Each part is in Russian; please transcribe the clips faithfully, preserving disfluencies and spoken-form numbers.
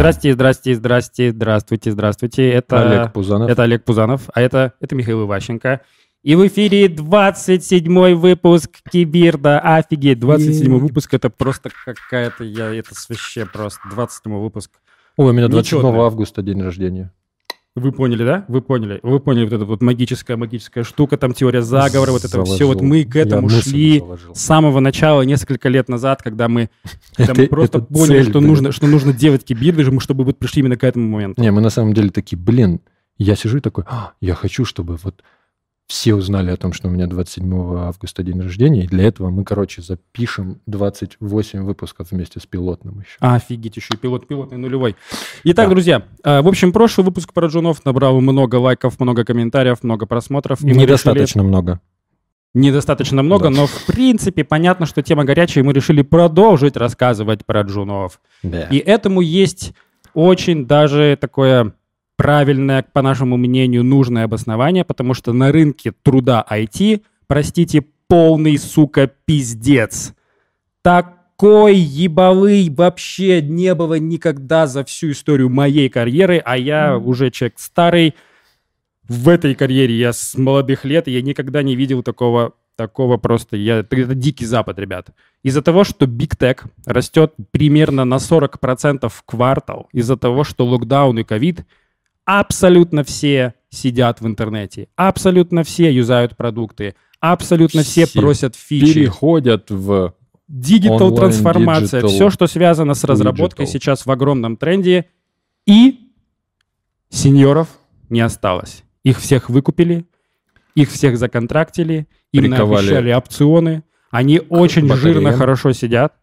Здрасте, здрасте, здрасте, здравствуйте, здравствуйте. Это Олег Пузанов. Это Олег Пузанов, а это, это Михаил Иващенко. И в эфире двадцать седьмой выпуск Кибирда. Офигеть, двадцать седьмой выпуск, это просто какая-то, я, это вообще просто двадцать седьмой выпуск. Ой, у меня двадцать седьмого августа день рождения. Вы поняли, да? Вы поняли. Вы поняли вот эта вот магическая, магическая штука, там теория заговора, вот это Заложил. все. Вот мы к этому Я шли заложил. с самого начала, несколько лет назад, когда мы, когда Это- мы просто это поняли, цель, что, блин. нужно, что нужно делать кибирды, чтобы вот пришли именно к этому моменту. Не, мы на самом деле такие, блин, я сижу и такой, «А, я хочу, чтобы вот все узнали о том, что у меня двадцать седьмого августа день рождения, и для этого мы, короче, запишем двадцать восемь выпусков вместе с пилотным еще. А, офигеть, еще и пилот, пилотный нулевой. Итак, Да. друзья, э, в общем, прошлый выпуск про джунов набрал много лайков, много комментариев, много просмотров. И мы Недостаточно много. решили- Недостаточно много, Да. но в принципе понятно, что тема горячая, и мы решили продолжить рассказывать про джунов. Да. И этому есть очень даже такое правильное, по нашему мнению, нужное обоснование, потому что на рынке труда ай ти, простите, полный, сука, пиздец. Такой ебалый вообще не было никогда за всю историю моей карьеры, а я уже человек старый. В этой карьере я с молодых лет, и я никогда не видел такого, такого просто... Я, это, это дикий запад, ребят. Из-за того, что Big Tech растет примерно на сорок процентов в квартал, из-за того, что локдаун и ковид, абсолютно все сидят в интернете, абсолютно все юзают продукты, абсолютно все, Все просят фичи. Переходят в... Диджитал онлайн, трансформация, диджитал, все, что связано с разработкой, диджитал. сейчас в огромном тренде. И сеньоров не осталось. Их всех выкупили, их всех законтрактили, им Приковали наобещали опционы. Они очень батареям. жирно, хорошо сидят.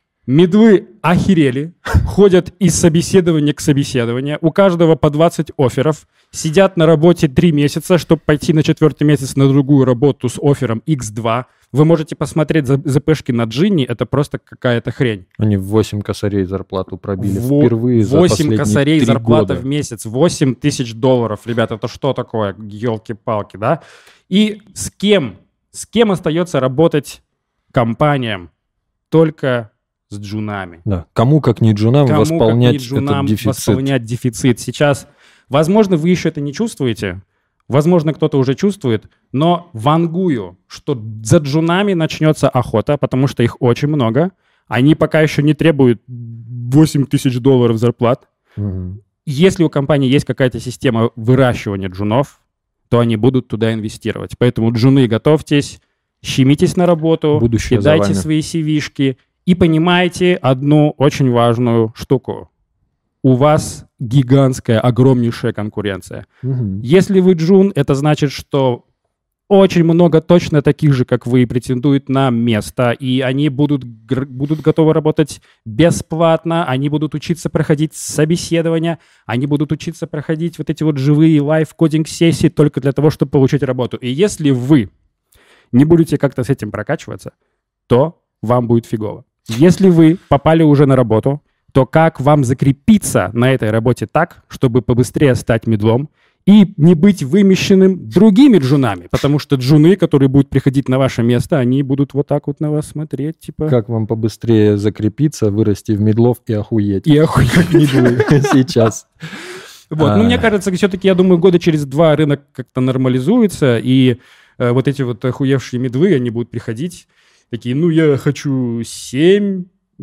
Медлы охерели, ходят из собеседования к собеседованию. У каждого по двадцать офферов. Сидят на работе три месяца, чтобы пойти на четвертый месяц на другую работу с оффером икс два. Вы можете посмотреть за- ЗПшки на Джинни, это просто какая-то хрень. Они в восемь косарей зарплату пробили Во- впервые за восемь последние косарей три зарплата года. в месяц, восемь тысяч долларов. Ребята, это что такое? Елки-палки, да? И с кем? С кем остается работать компаниям? Только с джунами. Да. Кому, как не джунам, Кому, восполнять как не джунам, этот дефицит. восполнять дефицит. Сейчас, возможно, вы еще это не чувствуете, возможно, кто-то уже чувствует, но вангую, что за джунами начнется охота, потому что их очень много. Они пока еще не требуют восемь тысяч долларов зарплат. Мгм. Если у компании есть какая-то система выращивания джунов, то они будут туда инвестировать. Поэтому джуны, готовьтесь, щемитесь на работу, Будущее за кидайте вами. свои си ви-шки и понимайте одну очень важную штуку. У вас гигантская, огромнейшая конкуренция. Мгм. Если вы джун, это значит, что очень много точно таких же, как вы, претендуют на место, и они будут, гр- будут готовы работать бесплатно, они будут учиться проходить собеседования, они будут учиться проходить вот эти вот живые лайв-кодинг-сессии только для того, чтобы получить работу. И если вы не будете как-то с этим прокачиваться, то вам будет фигово. Если вы попали уже на работу, то как вам закрепиться на этой работе так, чтобы побыстрее стать медлом и не быть вымещенным другими джунами? Потому что джуны, которые будут приходить на ваше место, они будут вот так вот на вас смотреть, типа... Как вам побыстрее закрепиться, вырасти в медлов и охуеть? И охуеть. Как медлы сейчас. Вот. А. Ну, мне кажется, все-таки, я думаю, года через два рынок как-то нормализуется, и э, вот эти вот охуевшие медлы, они будут приходить, такие, ну, я хочу семь.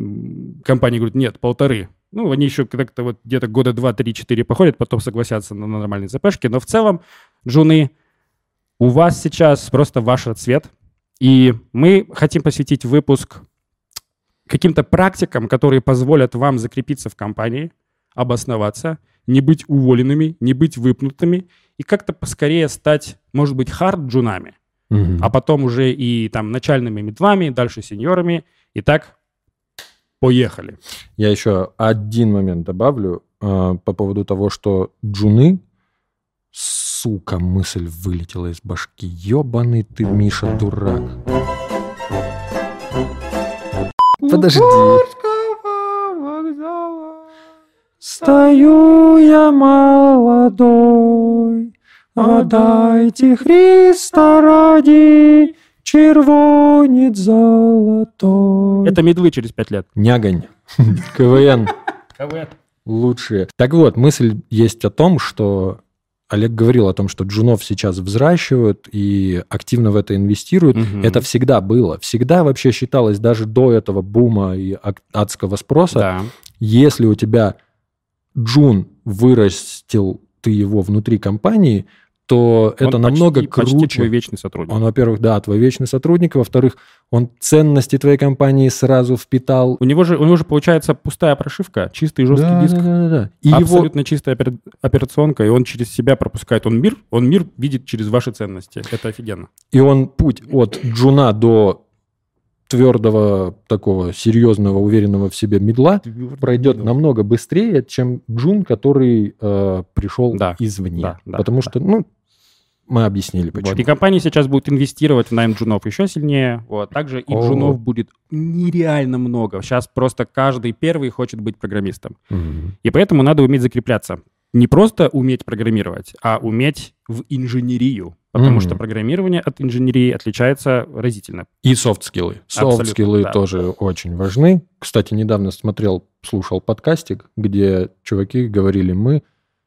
М, Компания говорит, нет, полторы. Ну, они еще как-то вот где-то года два, три, четыре походят, потом согласятся на нормальные ЗПшки. Но в целом, джуны, у вас сейчас просто ваш расцвет. И мы хотим посвятить выпуск каким-то практикам, которые позволят вам закрепиться в компании, обосноваться, не быть уволенными, не быть выпнутыми и как-то поскорее стать, может быть, хард-джунами, Мгм. а потом уже и там начальными медлами, дальше сеньорами. И так поехали. Я еще один момент добавлю э, по поводу того, что джуны, сука, мысль вылетела из башки. Ебаный ты, Миша, дурак. Подожди. Стою я молодой, отдайте Христа ради, червонец золотой. Это медлы через пять лет. Нягань. КВН. КВН. Лучшие. Так вот, мысль есть о том, что Олег говорил о том, что джунов сейчас взращивают и активно в это инвестируют. Мгм. Это всегда было. Всегда вообще считалось, даже до этого бума и ак- адского спроса, Да. если у тебя джун вырастил ты его внутри компании, то это Он намного почти, почти круче. твой вечный сотрудник. Он, во-первых, да, твой вечный сотрудник, во-вторых, он ценности твоей компании сразу впитал. У него же, у него же получается пустая прошивка, чистый жесткий Да, диск, да, да, да. И его абсолютно чистая опера- операционка, и он через себя пропускает. Он мир, он мир видит через ваши ценности. Это офигенно. И он путь от джуна до твердого, такого серьезного, уверенного в себе мидла пройдет намного быстрее, чем джун, который э, пришел Да, извне. да, да, Потому да. что, ну, мы объяснили, почему. Вот. И компании сейчас будут инвестировать в найм джунов еще сильнее. Вот. Также и О. джунов будет нереально много. Сейчас просто каждый первый хочет быть программистом. Мгм. И поэтому надо уметь закрепляться. Не просто уметь программировать, а уметь в инженерию. Потому Мгм. что программирование от инженерии отличается разительно. И софт-скиллы. Абсолютно, Софт-скиллы да. тоже очень важны. Кстати, недавно смотрел, слушал подкастик, где чуваки говорили, мы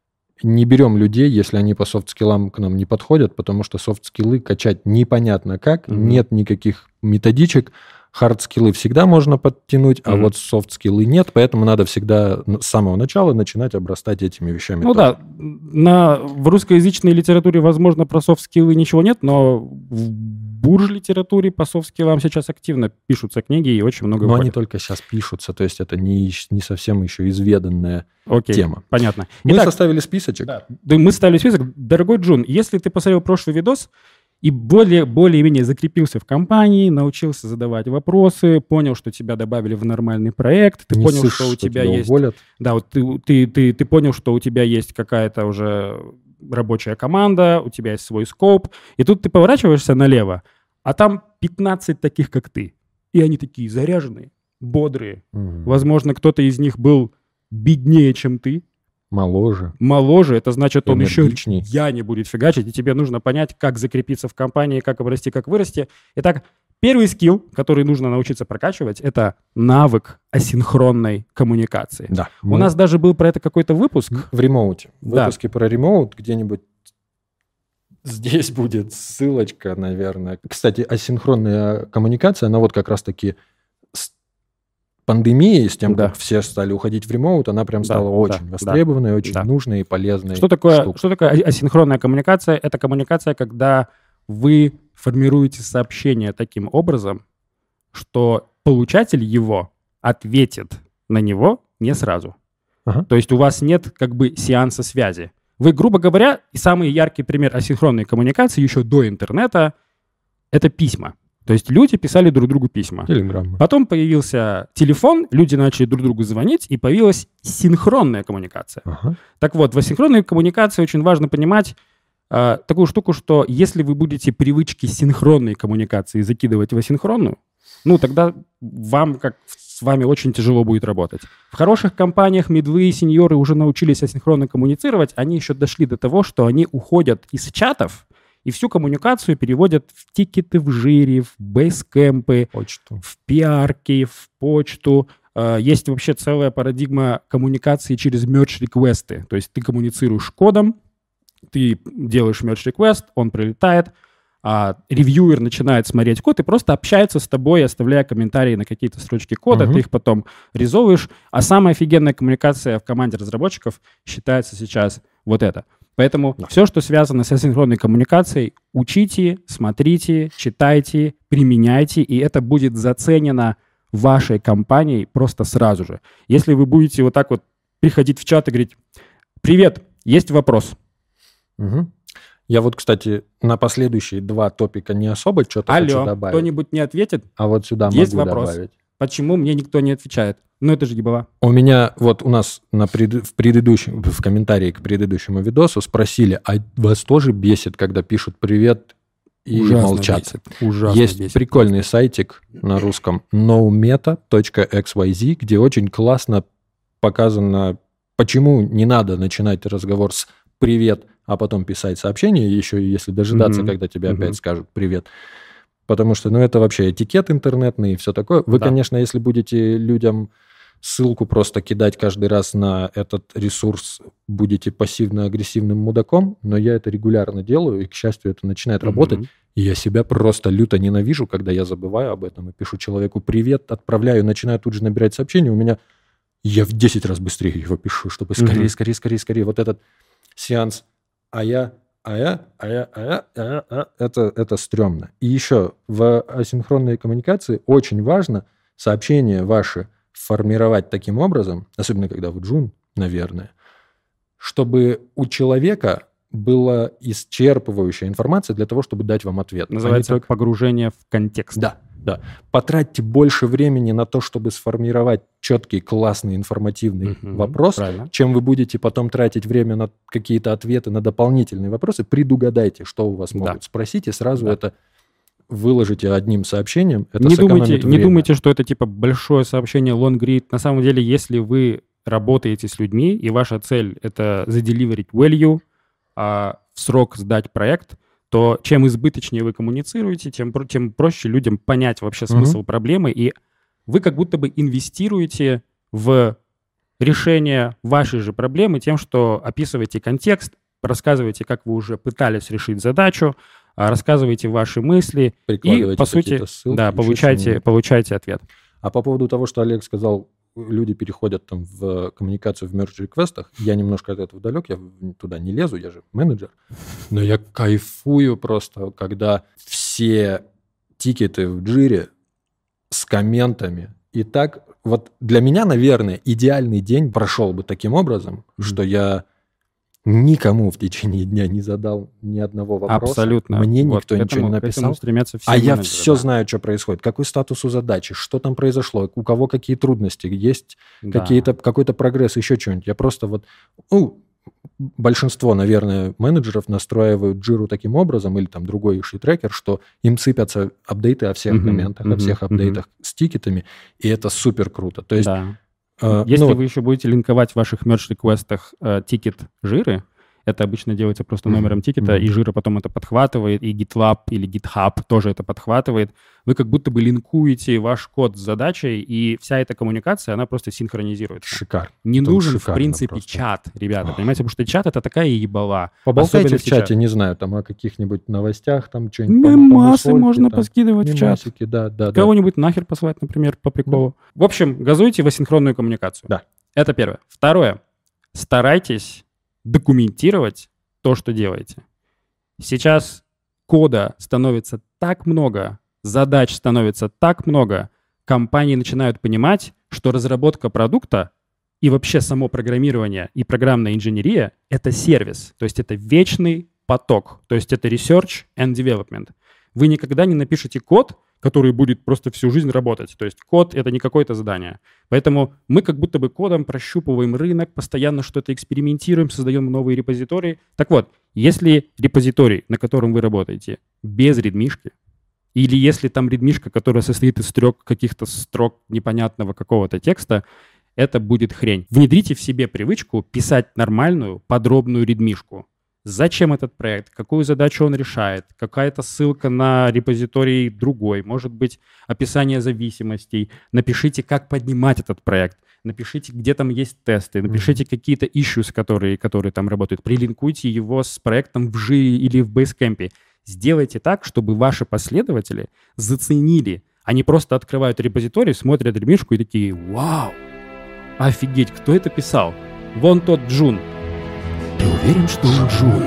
не берем людей, если они по софт-скиллам к нам не подходят, потому что софт-скиллы качать непонятно как, Мгм. нет никаких методичек. Хард-скиллы всегда можно подтянуть, а Мгм. вот софт-скиллы нет, поэтому надо всегда н- с самого начала начинать обрастать этими вещами. Ну тоже. да, на, в русскоязычной литературе, возможно, про софт-скиллы ничего нет, но в бурж-литературе по софт-скиллам сейчас активно пишутся книги и очень много Но они выходит. только сейчас пишутся, то есть это не, не совсем еще изведанная Окей, тема. понятно. Мы Итак, составили списочек. да, да, мы ставили список. Дорогой Джун, если ты посмотрел прошлый видос и более, более-менее закрепился в компании, научился задавать вопросы, понял, что тебя добавили в нормальный проект, ты Не понял, слышишь, что у тебя есть... уволят. Да, вот ты, ты, ты, ты понял, что у тебя есть какая-то уже рабочая команда, у тебя есть свой скоп, и тут ты поворачиваешься налево, а там пятнадцать таких, как ты. И они такие заряженные, бодрые. Мгм. Возможно, кто-то из них был беднее, чем ты, Моложе. моложе, это значит, он еще Энергичней. я не будет фигачить, и тебе нужно понять, как закрепиться в компании, как обрасти, как вырасти. Итак, первый скилл, который нужно научиться прокачивать, это навык асинхронной коммуникации. Да. У Мы нас даже был про это какой-то выпуск. в ремоуте. В Да. выпуске про ремоут где-нибудь здесь будет ссылочка, наверное. Кстати, асинхронная коммуникация, она вот как раз-таки с пандемией, с тем, Да. как все стали уходить в ремоут, она прям Да, стала да, очень да, востребованной, очень да. нужной и полезной. Что такое, штукой. что такое а- асинхронная коммуникация? Это коммуникация, когда вы формируете сообщение таким образом, что получатель его ответит на него не сразу. Ага. То есть у вас нет как бы сеанса связи. Вы, грубо говоря, и самый яркий пример асинхронной коммуникации еще до интернета — это письма. То есть люди писали друг другу письма. Телеграмма. Потом появился телефон, люди начали друг другу звонить, и появилась синхронная коммуникация. Ага. Так вот, в асинхронной коммуникации очень важно понимать э, такую штуку, что если вы будете привычки синхронной коммуникации закидывать в асинхронную, ну, тогда вам, как с вами, очень тяжело будет работать. В хороших компаниях мидвы и сеньоры уже научились асинхронно коммуницировать, они еще дошли до того, что они уходят из чатов и всю коммуникацию переводят в тикеты в жире, в бейскэмпы, Почту. в пиарки, в почту. Э, Есть вообще целая парадигма коммуникации через merge-реквесты. То есть ты коммуницируешь кодом, ты делаешь merge-реквест, он прилетает, а ревьюер начинает смотреть код и просто общается с тобой, оставляя комментарии на какие-то строчки кода, Мгм. ты их потом резовываешь. А самая офигенная коммуникация в команде разработчиков считается сейчас вот это. Поэтому Да. все, что связано с асинхронной коммуникацией, учите, смотрите, читайте, применяйте, и это будет заценено вашей компанией просто сразу же. Если вы будете вот так вот приходить в чат и говорить: «Привет, есть вопрос». Мгм. Я вот, кстати, на последующие два топика не особо что-то хочу Алло, добавить. кто-нибудь не ответит? А вот сюда Есть могу вопрос. добавить. Почему мне никто не отвечает? Ну, это же ебала. У меня вот у нас на пред- в предыдущем, в комментарии к предыдущему видосу спросили, а вас тоже бесит, когда пишут «привет» и молчат? бесит. Ужасно Есть бесит. прикольный сайтик на русском ноумета точка экс уай зет, где очень классно показано, почему не надо начинать разговор с «привет», а потом писать сообщение, еще и если дожидаться, Мгм. когда тебе Мгм. опять скажут «привет». Потому что, ну, это вообще этикет интернетный и все такое. Вы, Да. конечно, если будете людям ссылку просто кидать каждый раз на этот ресурс, будете пассивно-агрессивным мудаком, но я это регулярно делаю, и, к счастью, это начинает mm-hmm. работать. И я себя просто люто ненавижу, когда я забываю об этом и пишу человеку «привет», отправляю, начинаю тут же набирать сообщение, у меня... Я в десять раз быстрее его пишу, чтобы скорее, mm-hmm. скорее, скорее, скорее. Вот этот сеанс «а я», «а я», «а я», «а я», «а я», «а я» это, это стрёмно. И еще в асинхронной коммуникации очень важно сообщения ваши формировать таким образом, особенно когда вы джун, наверное, чтобы у человека была исчерпывающая информация для того, чтобы дать вам ответ. Называется только... погружение в контекст. Да, да. Потратьте больше времени на то, чтобы сформировать четкий, классный, информативный угу, вопрос, правильно. Чем вы будете потом тратить время на какие-то ответы на дополнительные вопросы. Предугадайте, что у вас могут да. спросить, и сразу да. это выложите одним сообщением. Это не думайте, не думайте, что это типа большое сообщение, long read. На самом деле, если вы работаете с людьми, и ваша цель — это заделиверить value, а в срок сдать проект, то чем избыточнее вы коммуницируете, тем, тем проще людям понять вообще смысл uh-huh. проблемы, и вы как будто бы инвестируете в решение вашей же проблемы тем, что описываете контекст, рассказываете, как вы уже пытались решить задачу, рассказываете ваши мысли и, по сути, ссылки, да, получаете, получаете ответ. А по поводу того, что Олег сказал, люди переходят там в коммуникацию в мердж-реквестах. Я немножко от этого далек, я туда не лезу, я же менеджер. Но я кайфую просто, когда все тикеты в джире с комментами. И так, вот для меня, наверное, идеальный день прошел бы таким образом, mm-hmm. что я никому в течение дня не задал ни одного вопроса. Абсолютно. Мне вот никто этому, ничего не написал. Стремятся все а менеджеры, я все да. знаю, что происходит. Какой статус у задачи, что там произошло, у кого какие трудности, есть да. какие-то, какой-то прогресс, еще что-нибудь. Я просто вот... Ну, большинство, наверное, менеджеров настраивают Jira таким образом, или там другой иши-трекер, что им сыпятся апдейты о всех uh-huh, комментах, uh-huh, о всех апдейтах uh-huh. с тикетами, и это супер круто. То есть... Да. Э, Если ну, вы еще будете линковать в ваших мердж-реквестах э, тикет Jira, это обычно делается просто номером mm-hmm. тикета, mm-hmm. и Jira потом это подхватывает, и GitLab или GitHub тоже это подхватывает. Вы как будто бы линкуете ваш код с задачей, и вся эта коммуникация, она просто синхронизируется. Шикарно. Не это нужен, в принципе, просто. Чат, ребята, понимаете? Потому что чат — это такая ебала. Поболтайте в чате, не знаю, там о каких-нибудь новостях, там что-нибудь. Мемасы можно там, поскидывать мемасики, в чат. Да, да, Кого-нибудь да. нахер послать, например, по приколу. Да. В общем, газуйте в асинхронную коммуникацию. Да. Это первое. Второе. Старайтесь документировать то, что делаете. Сейчас кода становится так много, задач становится так много, компании начинают понимать, что разработка продукта и вообще само программирование и программная инженерия — это сервис, то есть это вечный поток, то есть это research and development. Вы никогда не напишете код, который будет просто всю жизнь работать. То есть код — это не какое-то задание. Поэтому мы как будто бы кодом прощупываем рынок, постоянно что-то экспериментируем, создаем новые репозитории. Так вот, если репозиторий, на котором вы работаете, без редмишки, или если там редмишка, которая состоит из трех каких-то строк непонятного какого-то текста, это будет хрень. Внедрите в себе привычку писать нормальную, подробную редмишку. Зачем этот проект, какую задачу он решает, какая-то ссылка на репозиторий другой, может быть, описание зависимостей. Напишите, как поднимать этот проект, напишите, где там есть тесты, напишите mm-hmm. какие-то issues, которые, которые там работают, прилинкуйте его с проектом в Jira или в Basecamp. Сделайте так, чтобы ваши последователи заценили. Они просто открывают репозиторий, смотрят редмишку и такие: «Вау! Офигеть, кто это писал? Вон тот Джун». Ты уверен, что он Джун?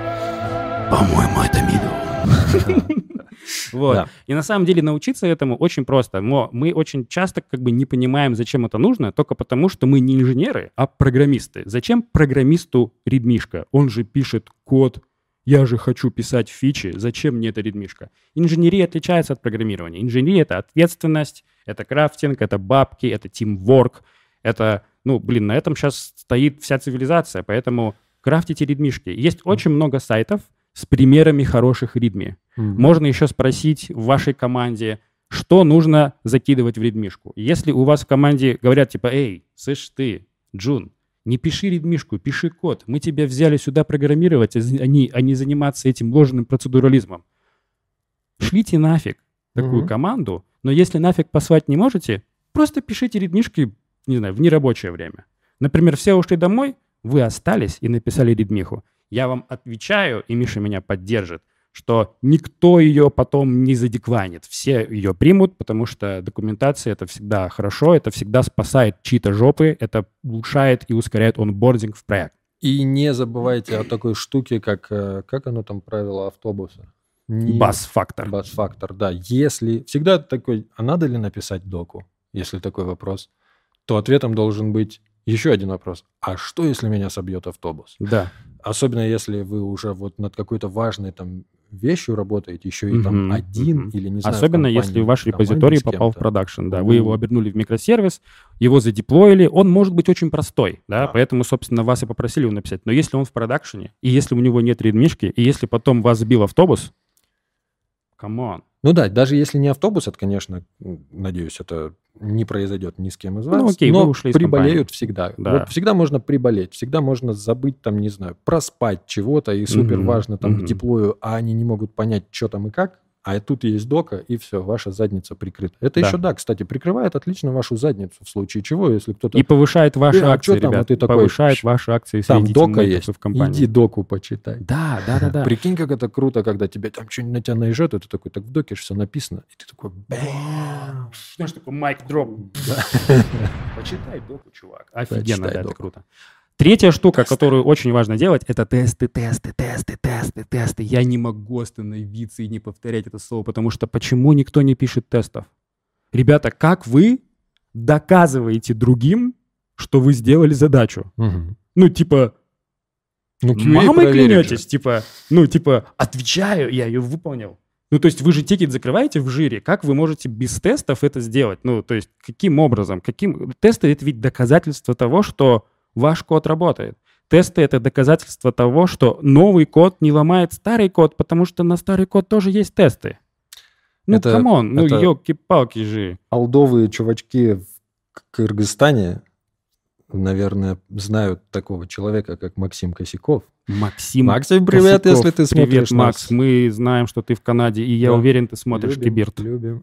По-моему, это Мидл. Вот. Да. И на самом деле научиться этому очень просто. Но мы очень часто как бы не понимаем, зачем это нужно, только потому, что мы не инженеры, а программисты. Зачем программисту редмишка? Он же пишет код. Я же хочу писать фичи. Зачем мне эта редмишка? Инженерия отличается от программирования. Инженерия — это ответственность, это крафтинг, это бабки, это тимворк. Это, ну, блин, на этом сейчас стоит вся цивилизация, поэтому крафтите редмишки. Есть mm-hmm. очень много сайтов с примерами хороших редми. Mm-hmm. Можно еще спросить в вашей команде, что нужно закидывать в редмишку. Если у вас в команде говорят типа: «Эй, слышь ты, Джун, не пиши редмишку, пиши код. Мы тебя взяли сюда программировать, а не, а не заниматься этим ложным процедурализмом». Шлите нафиг такую mm-hmm. команду, но если нафиг послать не можете, просто пишите редмишки не знаю, в нерабочее время. Например, все ушли домой, вы остались и написали редмиху. Я вам отвечаю, и Миша меня поддержит, что никто ее потом не задекванит. Все ее примут, потому что документация — это всегда хорошо, это всегда спасает чьи-то жопы, это улучшает и ускоряет онбординг в проект. И не забывайте о такой штуке, как, как оно там, правило автобуса? Бас-фактор. Бас-фактор, да. Если всегда такой, а надо ли написать доку, если такой вопрос, то ответом должен быть еще один вопрос. А что, если меня собьет автобус? Да. Особенно если вы уже вот над какой-то важной там вещью работаете, еще и там Мгм, один мгм. или не знаю. Особенно в компании, если ваш в команде репозиторий с попал в кем-то. продакшн, да, Мгм. вы его обернули в микросервис, его задеплоили, он может быть очень простой, да, Да. поэтому, собственно, вас и попросили его написать. Но если он в продакшене, и если у него нет редмишки, и если потом вас сбил автобус, камон. Ну да, даже если не автобус, это, конечно, надеюсь, это не произойдет ни с кем из вас. Ну окей, но вы ушли из приболеют компании. всегда. Да. Вот всегда можно приболеть, всегда можно забыть там, не знаю, проспать чего-то, и супер Мгм, важно там мгм. к деплою, а они не могут понять, что там и как. А тут есть дока, и все, ваша задница прикрыта. Это Да. еще, да, кстати, прикрывает отлично вашу задницу в случае чего, если кто-то... И повышает ваши «Э, а акции, чё там?» ребят, А ты такой, повышает «Ш, ваши акции Там среди дока тиммейтов есть, и в компании. иди доку почитай. Да, да, да, да. Прикинь, как это круто, когда тебе там что-нибудь на тебя наезжает, и ты такой, так в доке же все написано. И ты такой, бэм. Знаешь, такой майк дроп. Почитай доку, чувак. Офигенно, Почитай да, это доку. круто. Третья штука, которую очень важно делать, это тесты, тесты, тесты, тесты, тесты. Я не могу остановиться и не повторять это слово, потому что почему никто не пишет тестов? Ребята, как вы доказываете другим, что вы сделали задачу? Мгм. Ну, типа, Ну, кью эй мамой проверит клянетесь, же. типа, ну, типа, отвечаю, я ее выполнил. Ну, то есть вы же тикет закрываете в жире, как вы можете без тестов это сделать? Ну, то есть каким образом? Каким... Тесты — это ведь доказательство того, что ваш код работает. Тесты — это доказательство того, что новый код не ломает старый код, потому что на старый код тоже есть тесты. Ну, Это- камон, ну, это- ёлки-палки же. Алдовые чувачки в К- Кыргызстане, наверное, знают такого человека, как Максим Косяков. Максим Максим, привет, Косяков. если ты Привет, смотришь Макс. нас. Мы знаем, что ты в Канаде, и я Да. уверен, ты смотришь Любим, Кибирт. Любим.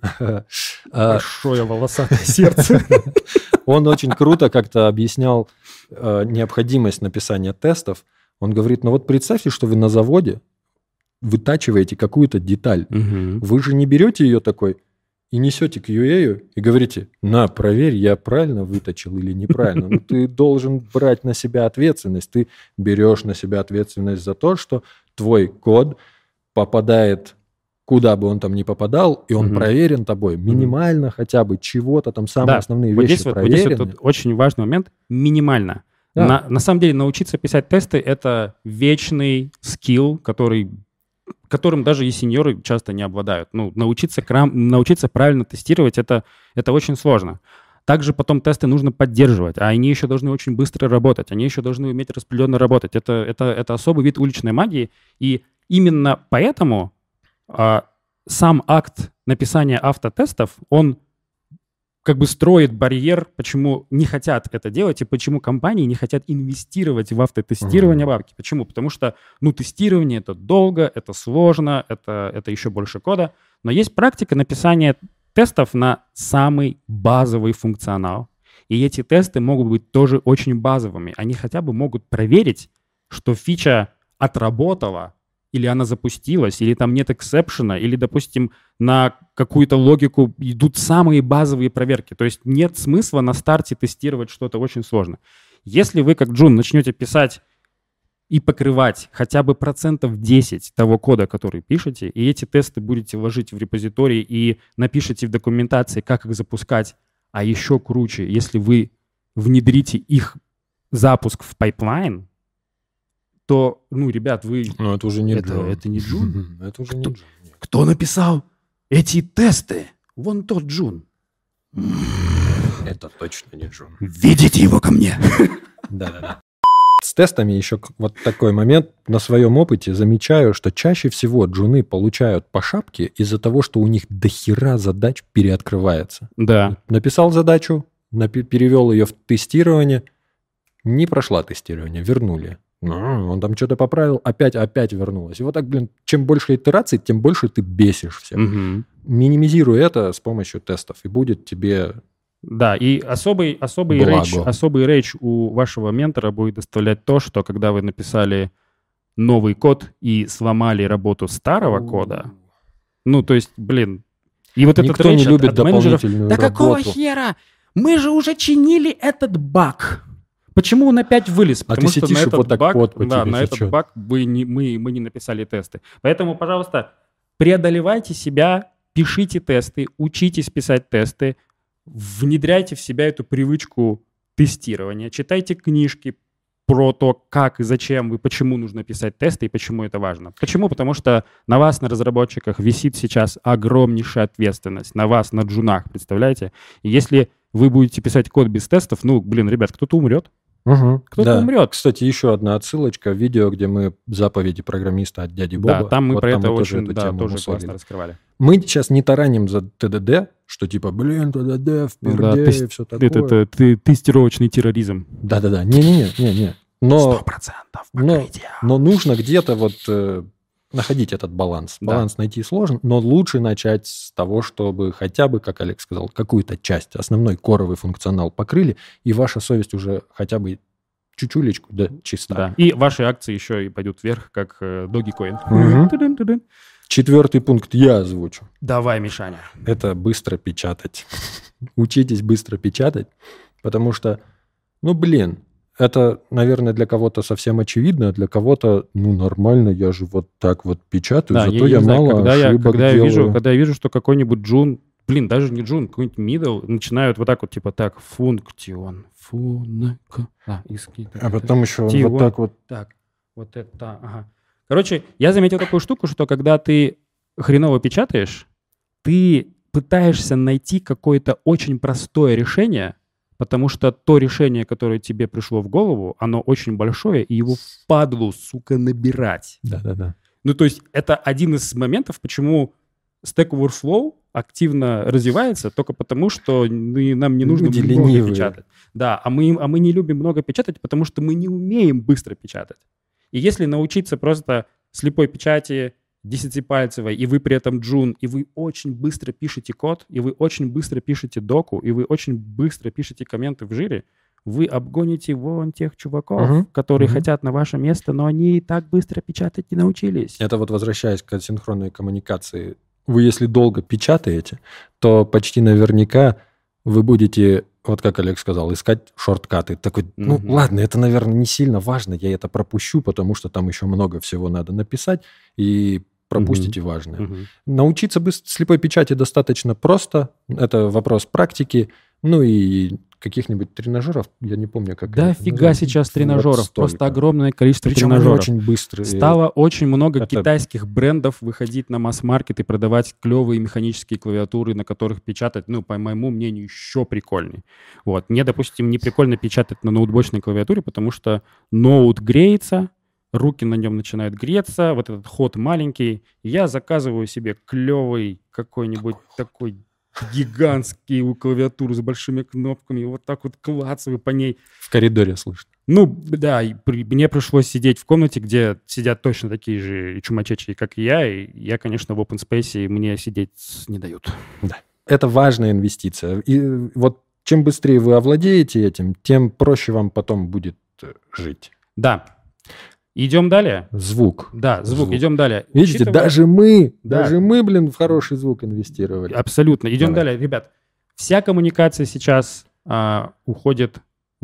А, Большое волосатое сердце. Он очень круто как-то объяснял э, необходимость написания тестов. Он говорит, ну вот представьте, что вы на заводе вытачиваете какую-то деталь. Мгм. Вы же не берете ее такой и несете к ю эй и говорите, на, проверь, я правильно выточил или неправильно. Ну, ты должен брать на себя ответственность. Ты берешь на себя ответственность за то, что твой код попадает куда бы он там ни попадал, и он Мгм. проверен тобой. Минимально хотя бы чего-то там, самые Да, основные вот вещи здесь, вот, вот здесь проверены. вот тут очень важный момент. Минимально. Да. На, на самом деле научиться писать тесты — это вечный скилл, который, которым даже и сеньоры часто не обладают. Ну, научиться, крам, научиться правильно тестировать это, — это очень сложно. Также потом тесты нужно поддерживать, а они еще должны очень быстро работать, они еще должны уметь распределенно работать. Это, это, это особый вид уличной магии, и именно поэтому а, сам акт написания автотестов, он как бы строит барьер, почему не хотят это делать и почему компании не хотят инвестировать в автотестирование Мгм. бабки. Почему? Потому что, ну, тестирование — это долго, это сложно, это, это еще больше кода. Но есть практика написания тестов на самый базовый функционал. И эти тесты могут быть тоже очень базовыми. Они хотя бы могут проверить, что фича отработала, или она запустилась, или там нет эксепшена, или, допустим, на какую-то логику идут самые базовые проверки. То есть нет смысла на старте тестировать что-то очень сложно. Если вы, как Джун, начнете писать и покрывать хотя бы процентов десять того кода, который пишете, и эти тесты будете вложить в репозиторий и напишите в документации, как их запускать, а еще круче, если вы внедрите их запуск в пайплайн, то, ну, ребят, вы... Ну, это уже не Это- Джун. это не Джун? Это уже не Кто- Джун. нет. Кто написал эти тесты? Вон тот Джун. Это точно не Джун. Ведите его ко мне. Да-да-да. С тестами еще к- вот такой момент. На своем опыте замечаю, что чаще всего джуны получают по шапке из-за того, что у них дохера задач переоткрывается. Да. Написал задачу, напи- перевел ее в тестирование, не прошла тестирование, вернули. Ну, он там что-то поправил, опять, опять вернулось. И вот так, блин, чем больше итераций, тем больше ты бесишь всех. Мгм. Минимизируй это с помощью тестов, и будет тебе Да, и особый, особый, Благо. рейдж, особый рейдж у вашего ментора будет доставлять то, что когда вы написали новый код и сломали работу старого кода, ну, то есть, блин, и вот Никто этот рейдж не любит от, от менеджеров, дополнительную да какого работу. хера? Мы же уже чинили этот баг. Почему он опять вылез? А Потому ты что сидишь, на и этот вот так баг, код по да, тебе на этот течет. баг вы не, мы, мы не написали тесты. Поэтому, пожалуйста, преодолевайте себя, пишите тесты, учитесь писать тесты, внедряйте в себя эту привычку тестирования, читайте книжки про то, как и зачем и почему нужно писать тесты и почему это важно. Почему? Потому что на вас, на разработчиках, висит сейчас огромнейшая ответственность. На вас, на джунах, представляете? И если вы будете писать код без тестов, ну, блин, ребят, кто-то умрет. Угу. Кто-то Да. умрет. Кстати, еще одна отсылочка. Видео, где мы заповеди программиста от дяди Боба. Да, там мы вот про там это мы тоже очень, эту да, тему тоже мусолили. классно раскрывали. Мы сейчас не тараним за ТДД, что типа, блин, ТДД в Ну да, перде тест- и все такое. Это, это, ты- тестировочный терроризм. Да-да-да. Не-не-не, не-не. Но, процентов но, но нужно где-то вот э, находить этот баланс. Да. Баланс найти сложно, но лучше начать с того, чтобы хотя бы, как Олег сказал, какую-то часть, основной коровый функционал покрыли, и ваша совесть уже хотя бы чуть-чулечку, да, чиста. Да. И ваши акции еще и пойдут вверх, как э, Dogecoin. Мгм. Тудын-тудын. Четвертый пункт я озвучу. Давай, Мишаня. Это быстро печатать. Учитесь быстро печатать, потому что, ну, блин, это, наверное, для кого-то совсем очевидно, а для кого-то, ну, нормально, я же вот так вот печатаю, Да, зато я, я, не знаю, мало когда я, ошибок когда я делаю. вижу, когда я вижу, что какой-нибудь джун, блин, даже не джун, какой-нибудь middle, начинают вот так вот, типа, так, функтион, функ, а, иски, А потом еще Тион. вот так вот. так, вот это, ага. Короче, я заметил такую штуку, что когда ты хреново печатаешь, ты пытаешься найти какое-то очень простое решение, потому что то решение, которое тебе пришло в голову, оно очень большое, и его впадлу, сука, набирать. Да-да-да. Ну, то есть это один из моментов, почему Stack Overflow активно развивается, только потому, что мы- нам не нужно Люди много ленивые. печатать. Да, а мы, а мы не любим много печатать, потому что мы не умеем быстро печатать. И если научиться просто слепой печати, десятипальцевой, и вы при этом джун, и вы очень быстро пишете код, и вы очень быстро пишете доку, и вы очень быстро пишете комменты в жире, вы обгоните вон тех чуваков, Мгм. которые Мгм. хотят на ваше место, но они так быстро печатать не научились. Это вот возвращаясь к асинхронной коммуникации. Вы если долго печатаете, то почти наверняка вы будете, вот как Олег сказал, искать шорткаты. Такой, ну Мгм. ладно, это, наверное, не сильно важно, я это пропущу, потому что там еще много всего надо написать, и пропустите важное. Мгм. Научиться быс- слепой печати достаточно просто. Это вопрос практики. Ну и каких-нибудь тренажеров, я не помню, как Да это фига называется. сейчас Вот тренажеров, столько. просто огромное количество Причем они тренажеров. очень быстрые. Стало очень много Это- китайских брендов выходить на масс-маркет и продавать клевые механические клавиатуры, на которых печатать, ну, по моему мнению, еще прикольней. Вот. Мне, допустим, не прикольно печатать на ноутбочной клавиатуре, потому что ноут греется, руки на нем начинают греться, вот этот ход маленький. Я заказываю себе клевый какой-нибудь такой гигантский клавиатуру с большими кнопками, и вот так вот клацаю по ней. В коридоре слышно. Ну, да, и при- мне пришлось сидеть в комнате, где сидят точно такие же чумачечие, как и я, и я, конечно, в open space, и мне сидеть с- не дают. Это важная инвестиция. И вот чем быстрее вы овладеете этим, тем проще вам потом будет э, жить. Да. Идем далее. Звук. Да, звук, Звук. идем далее. Видите, Учитывая- даже мы, Да. даже мы, блин, в хороший звук инвестировали. Абсолютно. Идем Давай. далее. Ребят, вся коммуникация сейчас а, уходит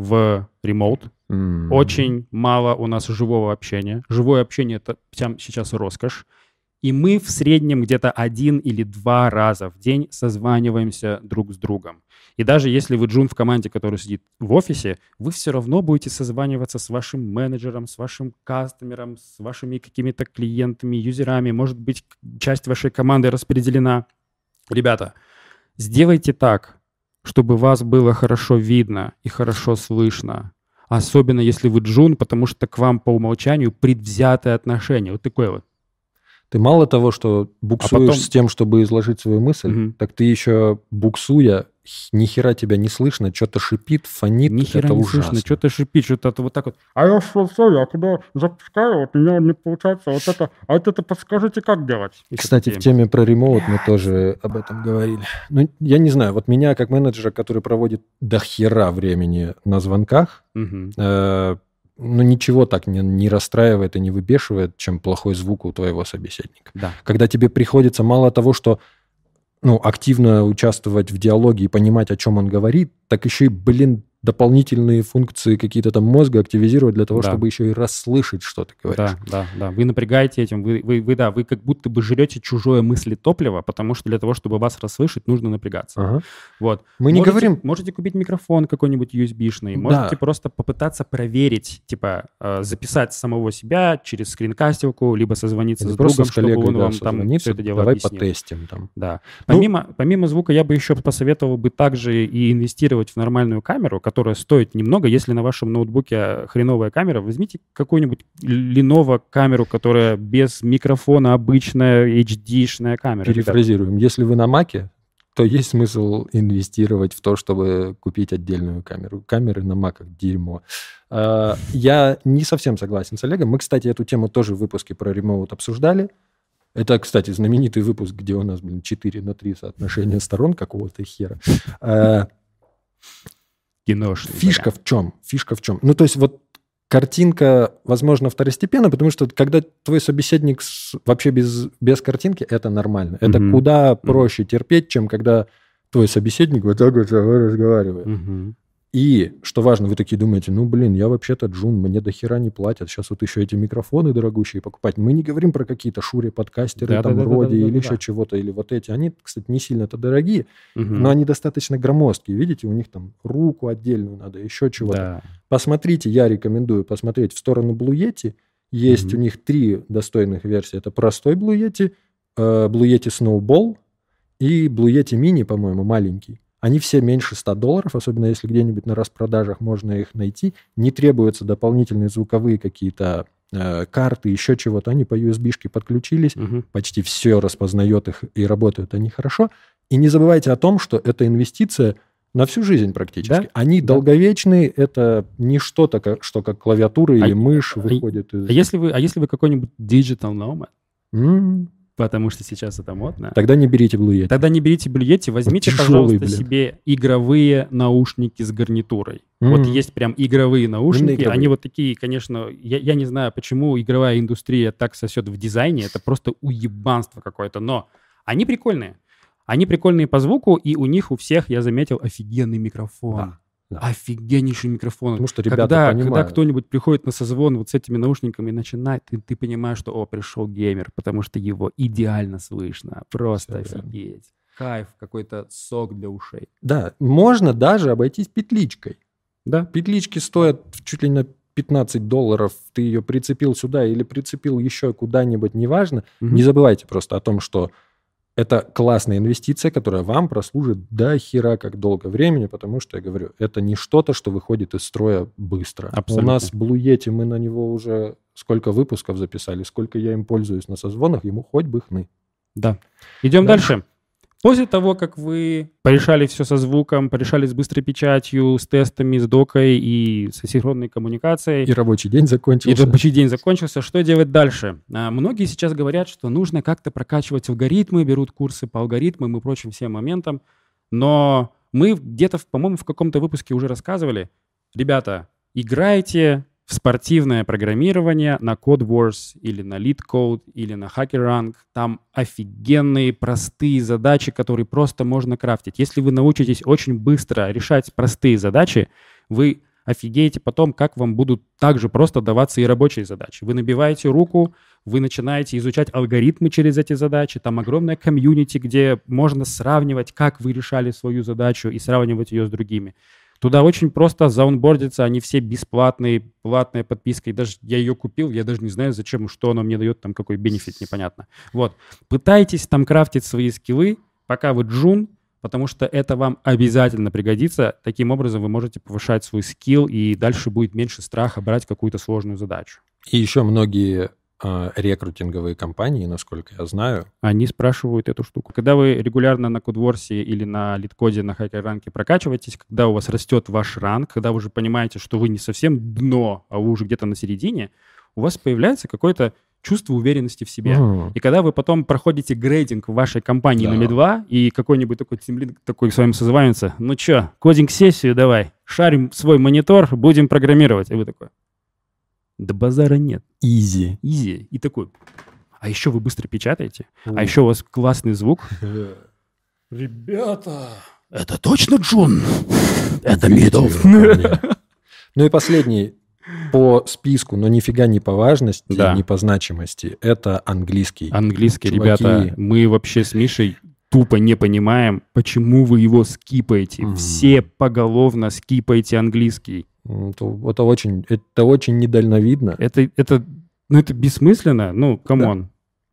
в ремоут. М. Очень мало у нас живого общения. Живое общение — это прям сейчас роскошь. И мы в среднем где-то один или два раза в день созваниваемся друг с другом. И даже если вы джун в команде, который сидит в офисе, вы все равно будете созваниваться с вашим менеджером, с вашим кастомером, с вашими какими-то клиентами, юзерами. Может быть, часть вашей команды распределена. Ребята, сделайте так, чтобы вас было хорошо видно и хорошо слышно. Особенно если вы джун, потому что к вам по умолчанию предвзятое отношение. Вот такое вот. Ты мало того, что буксуешь А потом... с тем, чтобы изложить свою мысль, Мгм. так ты еще буксуя, х- ни хера тебя не слышно, что-то шипит, фонит, Ни хера это не ужасно. слышно, что-то шипит, что-то вот так вот. А я что, все, я когда запускаю, вот у меня не получается вот это. А вот это подскажите, как делать? И всё Кстати, такие. в теме про ремоут мы тоже об этом говорили. Ну, я не знаю, вот меня как менеджера, который проводит до хера времени на звонках, Мгм. э, ну, ничего так не, не расстраивает и не выбешивает, чем плохой звук у твоего собеседника. Да. Когда тебе приходится мало того, что ну, активно участвовать в диалоге и понимать, о чем он говорит, так еще и, блин, дополнительные функции какие-то там мозга активизировать для того, Да. чтобы еще и расслышать, что ты говоришь. Да, да, да. Вы напрягаете этим, вы, вы, вы, да, вы как будто бы жрете чужое мыслетопливо, потому что для того, чтобы вас расслышать, нужно напрягаться. Ага. Вот. Мы не Можете- говорим... Можете купить микрофон какой-нибудь ю эс би-шный, Да. можете просто попытаться проверить, типа э, записать самого себя через скринкастилку, либо созвониться Или с просто другом, с коллегой, чтобы он да, вам там созвониться, все это дело давай объяснил. потестим там. Да. Ну- Помимо, помимо звука я бы еще посоветовал бы также и инвестировать в нормальную камеру, которая стоит немного. Если на вашем ноутбуке хреновая камера, возьмите какую-нибудь Lenovo камеру, которая без микрофона, обычная эйч ди-шная камера. ребят. Перефразируем. Если вы на Маке, то есть смысл инвестировать в то, чтобы купить отдельную камеру. Камеры на Маках – дерьмо. А, Я не совсем согласен с Олегом. Мы, кстати, эту тему тоже в выпуске про ремоут обсуждали. Это, кстати, знаменитый выпуск, где у нас, блин, четыре на три соотношение сторон какого-то хера. А, Киношный Фишка вариант. в чем? Фишка в чем? Ну, то есть вот картинка, возможно, второстепенна, потому что когда твой собеседник с- вообще без, без картинки, это нормально. Это Мгм. куда проще терпеть, чем когда твой собеседник вот так вот с тобой разговаривает. Мгм. И, что важно, вы такие думаете, ну, блин, я вообще-то джун, мне до хера не платят, сейчас вот еще эти микрофоны дорогущие покупать. Мы не говорим про какие-то шури-подкастеры, там, Да-да-да-да-да-да-да. Роди или еще чего-то, или вот эти. Они, кстати, не сильно-то дорогие, Мгм. но они достаточно громоздкие. Видите, у них там руку отдельную надо, еще чего-то. Да. Посмотрите, я рекомендую посмотреть в сторону Blue Yeti. Есть Мгм. у них три достойных версии. Это простой Blue Yeti, э, Blue Yeti Snowball и Blue Yeti Mini, по-моему, маленький. Они все меньше ста долларов, особенно если где-нибудь на распродажах можно их найти. Не требуются дополнительные звуковые какие-то э, карты, еще чего-то. Они по ю эс би-шке подключились, Мгм. почти все распознает их и работают они хорошо. И не забывайте о том, что это инвестиция на всю жизнь практически. Да, Они да. долговечные, это не что-то, как, что как клавиатура или А- мышь а- выходит из... А если вы, а если вы какой-нибудь digital nomad, М, потому что сейчас это модно, Тогда не берите Blue Yeti. тогда не берите Blue Yeti, возьмите, тяжелый, пожалуйста, блин. себе игровые наушники с гарнитурой. Вот Мгм. есть прям игровые наушники, игровые. они вот такие, конечно, я, я не знаю, почему игровая индустрия так сосет в дизайне, это просто уебанство какое-то, но они прикольные. Они прикольные по звуку, и у них у всех, я заметил, офигенный микрофон. Да, да. Офигеннейший микрофон. Потому что ребята когда, понимают. когда кто-нибудь приходит на созвон вот с этими наушниками и начинает, ты, ты понимаешь, что, о, пришел геймер, потому что его идеально слышно. Просто Всё верно. офигеть. Кайф, какой-то сок для ушей. Да, можно даже обойтись петличкой. Да. Петлички стоят чуть ли на пятнадцать долларов. Ты ее прицепил сюда или прицепил еще куда-нибудь, неважно. Мгм. Не забывайте просто о том, что это классная инвестиция, которая вам прослужит до хера как долго времени, потому что, я говорю, это не что-то, что выходит из строя быстро. Абсолютно. У нас Blue Yeti, мы на него уже сколько выпусков записали, сколько я им пользуюсь на созвонах, ему хоть бы хны. Да. Идем Да. дальше. После того, как вы порешали все со звуком, порешали с быстрой печатью, с тестами, с докой и с асинхронной коммуникацией, И рабочий день и закончился. рабочий день закончился, что делать дальше? А, Многие сейчас говорят, что нужно как-то прокачивать алгоритмы, берут курсы по алгоритмам и прочим всем моментам, но мы где-то, в- по-моему, в каком-то выпуске уже рассказывали, ребята, играйте в спортивное программирование на Code Wars или на LeetCode или на HackerRank. Там офигенные простые задачи, которые просто можно крафтить. Если вы научитесь очень быстро решать простые задачи, вы офигеете потом, как вам будут также просто даваться и рабочие задачи. Вы набиваете руку, вы начинаете изучать алгоритмы через эти задачи. Там огромная комьюнити, где можно сравнивать, как вы решали свою задачу и сравнивать ее с другими. Туда очень просто заонбордиться, они все бесплатные, платная подписка. И даже я ее купил, я даже не знаю, зачем, что она мне дает, там какой бенефит, непонятно. Вот. Пытайтесь там крафтить свои скиллы, пока вы джун, потому что это вам обязательно пригодится. Таким образом вы можете повышать свой скилл, и дальше будет меньше страха брать какую-то сложную задачу. И еще многие э, рекрутинговые компании, насколько я знаю. Они спрашивают эту штуку. Когда вы регулярно на Кодворсе или на Литкоде, на HackerRank прокачиваетесь, когда у вас растет ваш ранг, когда вы уже понимаете, что вы не совсем дно, а вы уже где-то на середине, у вас появляется какое-то чувство уверенности в себе. Mm. И когда вы потом проходите грейдинг в вашей компании Да. на эм два, и какой-нибудь такой тимлид такой с вами созванивается, ну чё, кодинг-сессию давай, шарим свой монитор, будем программировать. И вы такой, да базара нет. Изи. Изи. И такой, а еще вы быстро печатаете, а еще у вас классный звук. Ребята, это точно Джун? Это Мидов. Ну и последний по списку, но нифига не по важности, Да. не по значимости. Это английский. Английский, Чуваки. ребята, мы вообще с Мишей тупо не понимаем, почему вы его скипаете. Мгм. Все поголовно скипаете английский. Это, это очень, это очень недальновидно. Это, это, ну, это бессмысленно. Ну, камон.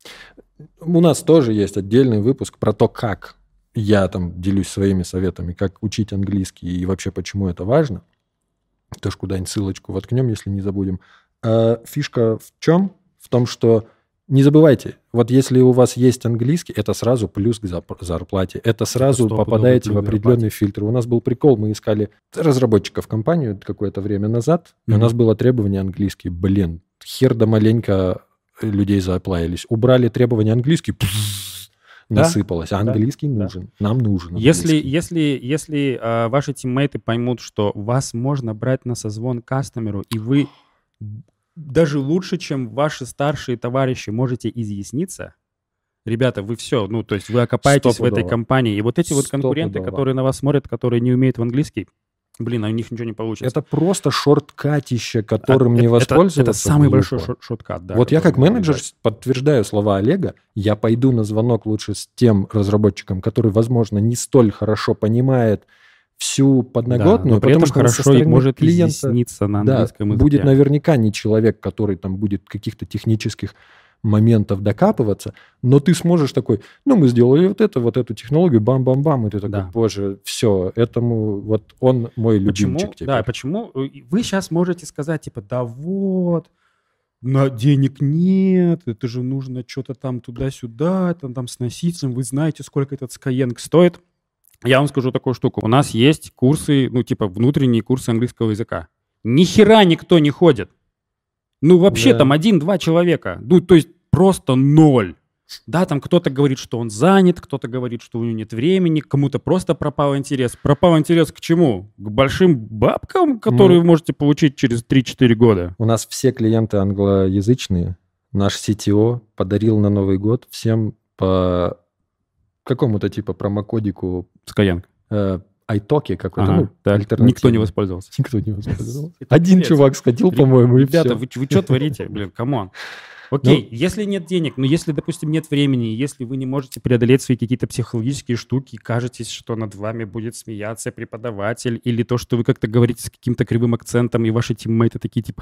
У нас тоже есть отдельный выпуск про то, как я там делюсь своими советами, как учить английский и вообще почему это важно. Тоже куда-нибудь ссылочку воткнем, если не забудем. А фишка в чем? В том, что не забывайте, вот если у вас есть английский, это сразу плюс к зап- зарплате. Это сразу стопудово попадаете в плюс к определенные фильтры. У нас был прикол, мы искали разработчиков компанию какое-то время назад, и у Мгм. нас было требование английский. Блин, хер да маленько людей зааплавились. Убрали требования английский, пфф, Да, насыпалось. А да, английский да. нужен. Нам нужен Если, английский. если, если а, ваши тиммейты поймут, что вас можно брать на созвон к кастомеру, и вы даже лучше, чем ваши старшие товарищи, можете изъясниться, ребята, вы все, ну, то есть вы окопаетесь в этой Стопудово. компании, и вот эти вот конкуренты, Стопудово. которые на вас смотрят, которые не умеют в английский, блин, а у них ничего не получится. Это просто шорткатище, которым А, не это- воспользоваться. Это, это самый глупо. большой шот- шоткат, да. Вот я который как можно менеджер взять. подтверждаю слова Олега, я пойду на звонок лучше с тем разработчиком, который, возможно, не столь хорошо понимает всю Да, подноготную, но при потому этом что он со хорошо и стороны может клиента, изъясниться на да, английском языке. будет наверняка не человек, который там будет каких-то технических моментов докапываться, но ты сможешь такой, ну, мы сделали вот это, вот эту технологию, бам-бам-бам, и ты такой, Да. боже, все, этому, вот он мой Почему, любимчик теперь. да, почему э, вы сейчас можете сказать, типа, да вот, на денег нет, это же нужно что-то там туда-сюда, там, там сносить, вы знаете, сколько этот Skyeng стоит. Я вам скажу такую штуку. У нас есть курсы, ну, типа, внутренние курсы английского языка. Ни хера никто не ходит. Ну, вообще, Да. там один-два человека. Ну, то есть просто ноль. Да, там кто-то говорит, что он занят, кто-то говорит, что у него нет времени, кому-то просто пропал интерес. Пропал интерес к чему? К большим бабкам, которые Ну. вы можете получить через три-четыре года. У нас все клиенты англоязычные. Наш си ти о подарил на Новый год всем по какому-то типа промокодику Skyeng. э, iTalki какой-то. Ага, ну, так, альтернативный. никто не воспользовался. Никто не воспользовался. Это Один пипец. чувак сходил, Ре- по-моему, и Ребята, всё. вы, вы что творите? Блин, камон. Окей, если нет денег, ну если, допустим, нет времени, если вы не можете преодолеть свои какие-то психологические штуки, кажетесь, что над вами будет смеяться преподаватель, или то, что вы как-то говорите с каким-то кривым акцентом, и ваши тиммейты такие типа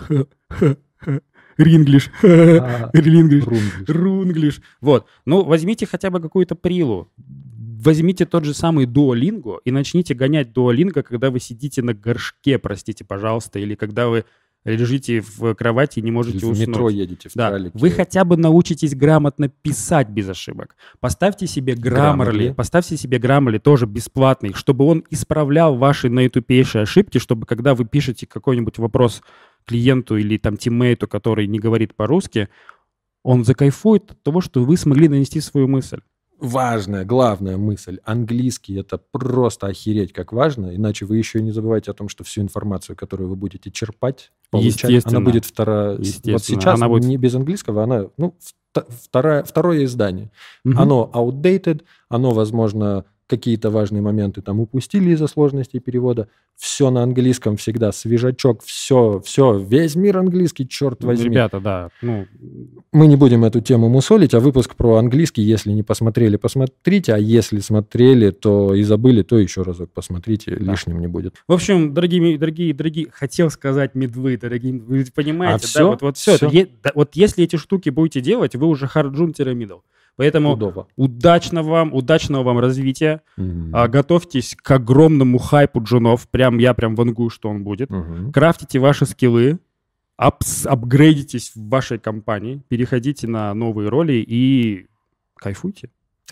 ринглиш, А, ринглиш, Рунглиш. рунглиш. Вот, ну возьмите хотя бы какую-то прилу. Возьмите тот же самый Duolingo и начните гонять Duolingo, когда вы сидите на горшке, простите, пожалуйста, или когда вы лежите в кровати и не можете В уснуть. метро едете в Да, тралике. вы хотя бы научитесь грамотно писать без ошибок. Поставьте себе Grammarly, Grammarly. поставьте себе Grammarly тоже бесплатный, чтобы он исправлял ваши наитупейшие ошибки, чтобы когда вы пишете какой-нибудь вопрос клиенту или там тиммейту, который не говорит по-русски, он закайфует от того, что вы смогли донести свою мысль. Важная, главная мысль. Английский — это просто охереть как важно, иначе вы еще и не забывайте о том, что всю информацию, которую вы будете черпать, получать, Естественно. она будет вторая. Естественно, Вот сейчас она будет- не без английского, она, ну, вта- вторая, второе издание. Мгм. Оно outdated, оно, возможно, какие-то важные моменты там упустили из-за сложностей перевода. Все на английском всегда, свежачок, все, все, весь мир английский, черт возьми. Ребята, да, ну, Мы не будем эту тему мусолить, а выпуск про английский, если не посмотрели, посмотрите, а если смотрели, то и забыли, то еще разок посмотрите, Да. лишним не будет. в общем, дорогие, дорогие, дорогие, хотел сказать медвы, дорогие, вы понимаете, А да, всё? вот, вот все, Всё? вот если эти штуки будете делать, вы уже харджун-мидл. Поэтому Удобно. удачно вам, удачного вам развития. Мгм. А, готовьтесь к огромному хайпу джунов. Прям я прям вангую, что он будет. Мгм. Крафтите ваши скиллы. апс, апгрейдитесь в вашей компании, переходите на новые роли и кайфуйте.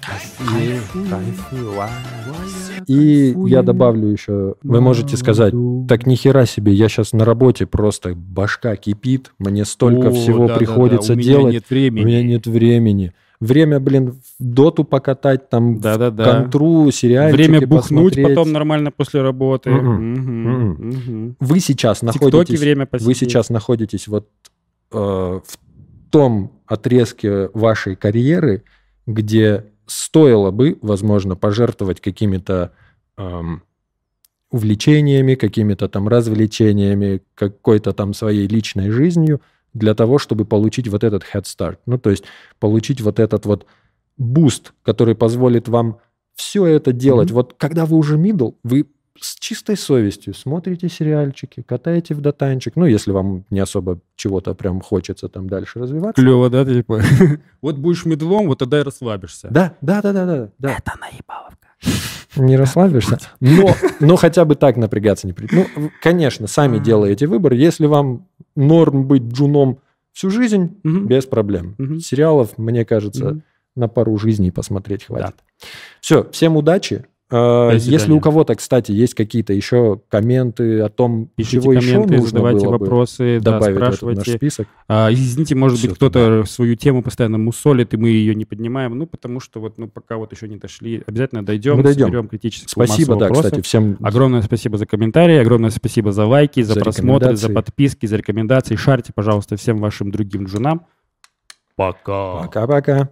И я добавлю еще, вы можете сказать, так ни хера себе, я сейчас на работе просто башка кипит, мне столько О, всего да, приходится да, да. У делать, меня нет времени. у меня нет времени. Время, блин, в доту покатать, там, Да, да, в да. контру, сериальчики Время бухнуть посмотреть. потом нормально после работы. Мгм. Мгм. Мгм. Вы сейчас В ТикТоке находитесь, время вы посидеть. сейчас находитесь вот э, в том отрезке вашей карьеры, где стоило бы, возможно, пожертвовать какими-то эм, увлечениями, какими-то там развлечениями, какой-то там своей личной жизнью для того, чтобы получить вот этот head start. Ну, то есть получить вот этот вот буст, который позволит вам все это делать. Мгм. Вот когда вы уже middle, вы с чистой совестью смотрите сериальчики, катаете в датанчик. Ну, если вам не особо чего-то прям хочется там дальше развиваться. Клево, да, ты типа? Вот будешь медлом, вот тогда и расслабишься. Да, да, да, да, да, да. Это наебаловка. Не расслабишься, но, но хотя бы так напрягаться не придется. Ну, конечно, сами делаете выбор. Если вам норм быть джуном всю жизнь, Мгм. без проблем. Мгм. Сериалов, мне кажется, Мгм. на пару жизней посмотреть хватит. Все, всем удачи. Э, До Если свидания. у кого-то, кстати, есть какие-то еще комменты о том, Пишите чего еще комменты, нужно задавайте было бы вопросы, да, добавить в этот наш спрашивайте. список. А, извините, может Всё быть, кто-то свою тему постоянно мусолит, и мы ее не поднимаем. Ну, потому что вот, ну, пока вот еще не дошли. Обязательно дойдем, Мы дойдем. соберем критическую Спасибо, массу да, вопросов. кстати, всем. Огромное спасибо за комментарии, огромное спасибо за лайки, за, За просмотры, за рекомендации. подписки, за рекомендации. Шарьте, пожалуйста, всем вашим другим джунам. Пока. Пока-пока.